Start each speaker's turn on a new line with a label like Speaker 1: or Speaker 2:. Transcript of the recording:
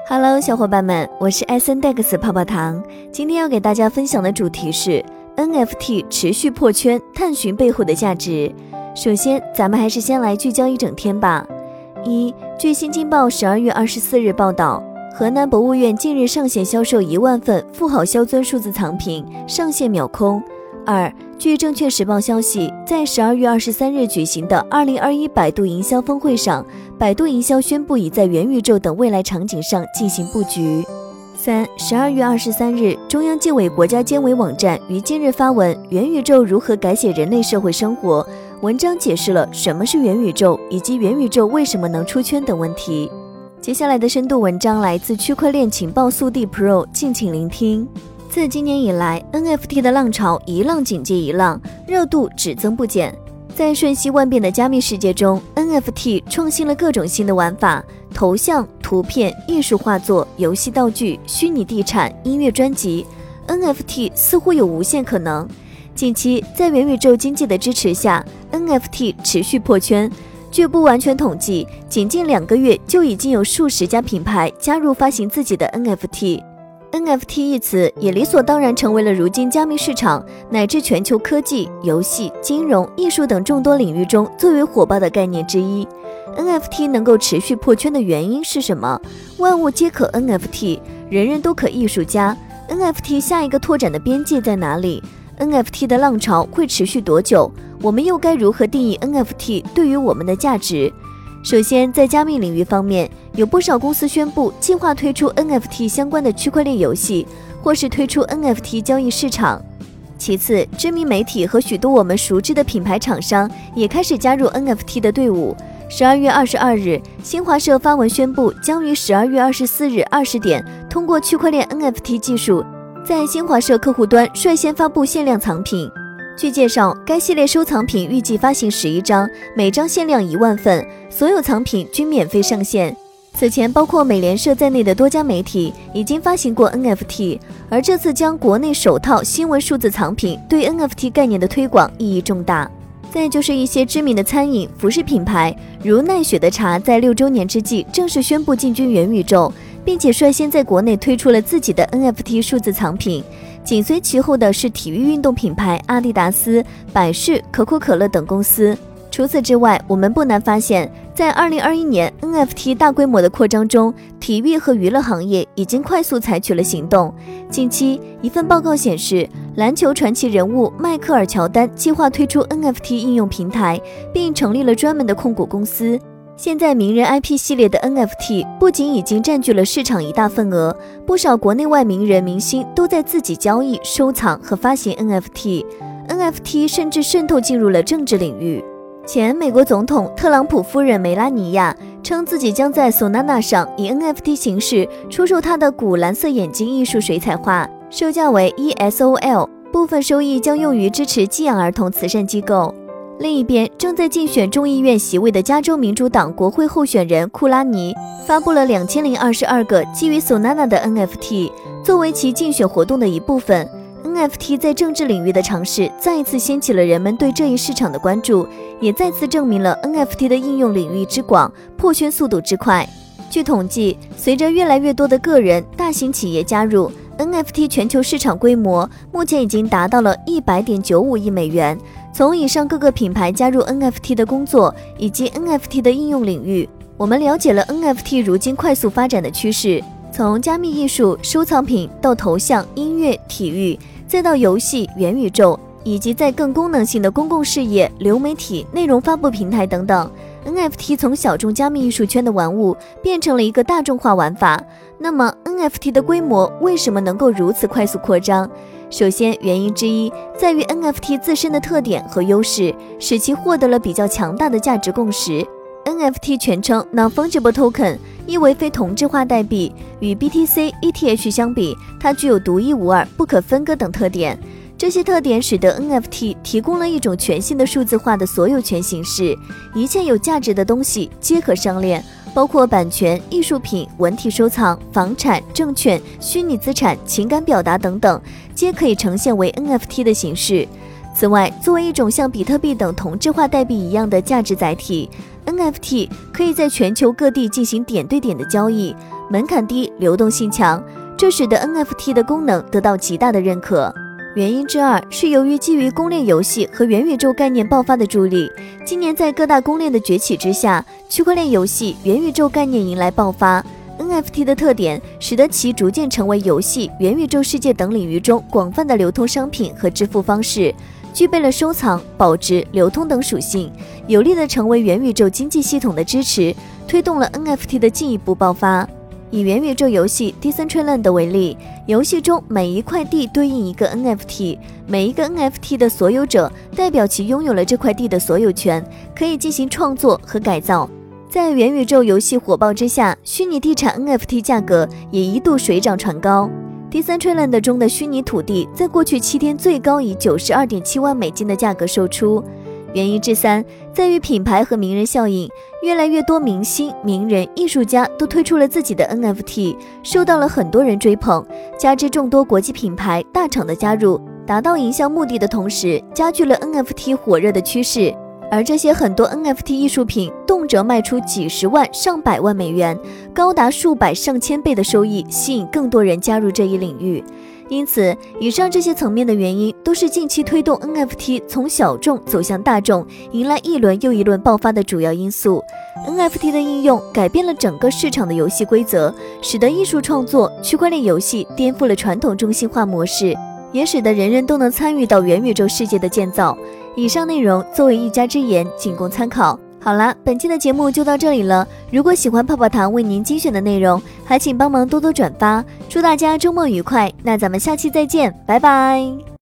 Speaker 1: Hello， 小伙伴们，我是艾森戴克斯泡泡糖。今天要给大家分享的主题是 NFT 持续破圈，探寻背后的价值。首先，咱们还是先来聚焦一整天吧。据新京报12月24日报道，河南博物院近日上线销售1万份富豪镶钻数字藏品，上线秒空。据证券时报消息，在12月23日举行的2021百度营销峰会上，百度营销宣布已在元宇宙等未来场景上进行布局。12月23日，中央纪委国家监委网站于今日发文《元宇宙如何改写人类社会生活》，文章解释了什么是元宇宙，以及元宇宙为什么能出圈等问题。接下来的深度文章来自区块链情报速递 Pro， 敬请聆听。自今年以来 ，NFT 的浪潮一浪紧接一浪，热度只增不减。在瞬息万变的加密世界中 ，NFT 创新了各种新的玩法，头像、图片、艺术画作、游戏道具、虚拟地产、音乐专辑 ，NFT 似乎有无限可能。近期，在元宇宙经济的支持下 ，NFT 持续破圈。据不完全统计，仅近2个月就已经有数十家品牌加入发行自己的 NFT。NFT 一词也理所当然成为了如今加密市场乃至全球科技、游戏、金融、艺术等众多领域中最为火爆的概念之一。NFT 能够持续破圈的原因是什么？万物皆可 NFT， 人人都可艺术家。NFT 下一个拓展的边界在哪里？ NFT 的浪潮会持续多久？我们又该如何定义 NFT 对于我们的价值？首先，在加密领域方面，有不少公司宣布计划推出 NFT 相关的区块链游戏，或是推出 NFT 交易市场。其次，知名媒体和许多我们熟知的品牌厂商也开始加入 NFT 的队伍。12月22日，新华社发文宣布，将于12月24日20点通过区块链 NFT 技术，在新华社客户端率先发布限量藏品。据介绍，该系列收藏品预计发行11张，每张限量1万份，所有藏品均免费上线。此前，包括美联社在内的多家媒体已经发行过 NFT， 而这次将国内首套新闻数字藏品对 NFT 概念的推广意义重大。再就是一些知名的餐饮、服饰品牌，如奈雪的茶，在6周年之际正式宣布进军元宇宙，并且率先在国内推出了自己的 NFT 数字藏品。紧随其后的是体育运动品牌阿迪达斯、百事、可口可乐等公司。除此之外，我们不难发现，在2021年 NFT 大规模的扩张中，体育和娱乐行业已经快速采取了行动。近期，一份报告显示，篮球传奇人物迈克尔·乔丹计划推出 NFT 应用平台，并成立了专门的控股公司。现在名人 IP 系列的 NFT 不仅已经占据了市场一大份额，不少国内外名人明星都在自己交易、收藏和发行 NFT 甚至渗透进入了政治领域。前美国总统特朗普夫人梅拉尼亚称自己将在 Solana 上以 NFT 形式出售她的古蓝色眼睛艺术水彩画，售价为 ESOL， 部分收益将用于支持寄养儿童慈善机构。另一边，正在竞选众议院席位的加州民主党国会候选人库拉尼发布了2022个基于 Solana 的 NFT， 作为其竞选活动的一部分。NFT 在政治领域的尝试再一次掀起了人们对这一市场的关注，也再次证明了 NFT 的应用领域之广，破圈速度之快。据统计，随着越来越多的个人、大型企业加入， NFT 全球市场规模目前已经达到了100.95亿美元。从以上各个品牌加入 NFT 的工作以及 NFT 的应用领域，我们了解了 NFT 如今快速发展的趋势。从加密艺术、收藏品到头像、音乐、体育，再到游戏、元宇宙，以及在更功能性的公共事业、流媒体、内容发布平台等等， NFT 从小众加密艺术圈的玩物变成了一个大众化玩法。那么 NFT 的规模为什么能够如此快速扩张？首先，原因之一在于 NFT 自身的特点和优势，使其获得了比较强大的价值共识。NFT 全称 Non-Fungible Token， 意为非同质化代币，与 BTC、ETH 相比，它具有独一无二、不可分割等特点。这些特点使得 NFT 提供了一种全新的数字化的所有权形式，一切有价值的东西皆可上链，包括版权、艺术品、文体收藏、房产、证券、虚拟资产、情感表达等等，皆可以呈现为 NFT 的形式。 此外，作为一种像比特币等同质化代币一样的价值载体， NFT 可以在全球各地进行点对点的交易，门槛低，流动性强，这使得 NFT 的功能得到极大的认可。原因之二是由于基于公链游戏和元宇宙概念爆发的助力，今年在各大公链的崛起之下，区块链游戏、元宇宙概念迎来爆发。NFT 的特点使得其逐渐成为游戏、元宇宙世界等领域中广泛的流通商品和支付方式，具备了收藏、保值、流通等属性，有力地成为元宇宙经济系统的支持，推动了 NFT 的进一步爆发。以元宇宙游戏 Decentraland 为例，游戏中每一块地对应一个 NFT， 每一个 NFT 的所有者代表其拥有了这块地的所有权，可以进行创作和改造。在元宇宙游戏火爆之下，虚拟地产 NFT 价格也一度水涨船高。Decentraland 中的虚拟土地在过去7天最高以92.7万美金的价格售出。原因之三在于品牌和名人效应，越来越多明星、名人、艺术家都推出了自己的 NFT， 受到了很多人追捧，加之众多国际品牌大厂的加入，达到营销目的的同时，加剧了 NFT 火热的趋势。而这些很多 NFT 艺术品动辄卖出几十万、上百万美元，高达数百上千倍的收益，吸引更多人加入这一领域。因此，以上这些层面的原因都是近期推动 NFT 从小众走向大众，迎来一轮又一轮爆发的主要因素。NFT 的应用改变了整个市场的游戏规则，使得艺术创作、区块链游戏颠覆了传统中心化模式，也使得人人都能参与到元宇宙世界的建造。以上内容作为一家之言，仅供参考。好啦，本期的节目就到这里了。如果喜欢泡泡糖为您精选的内容，还请帮忙多多转发。祝大家周末愉快，那咱们下期再见，拜拜。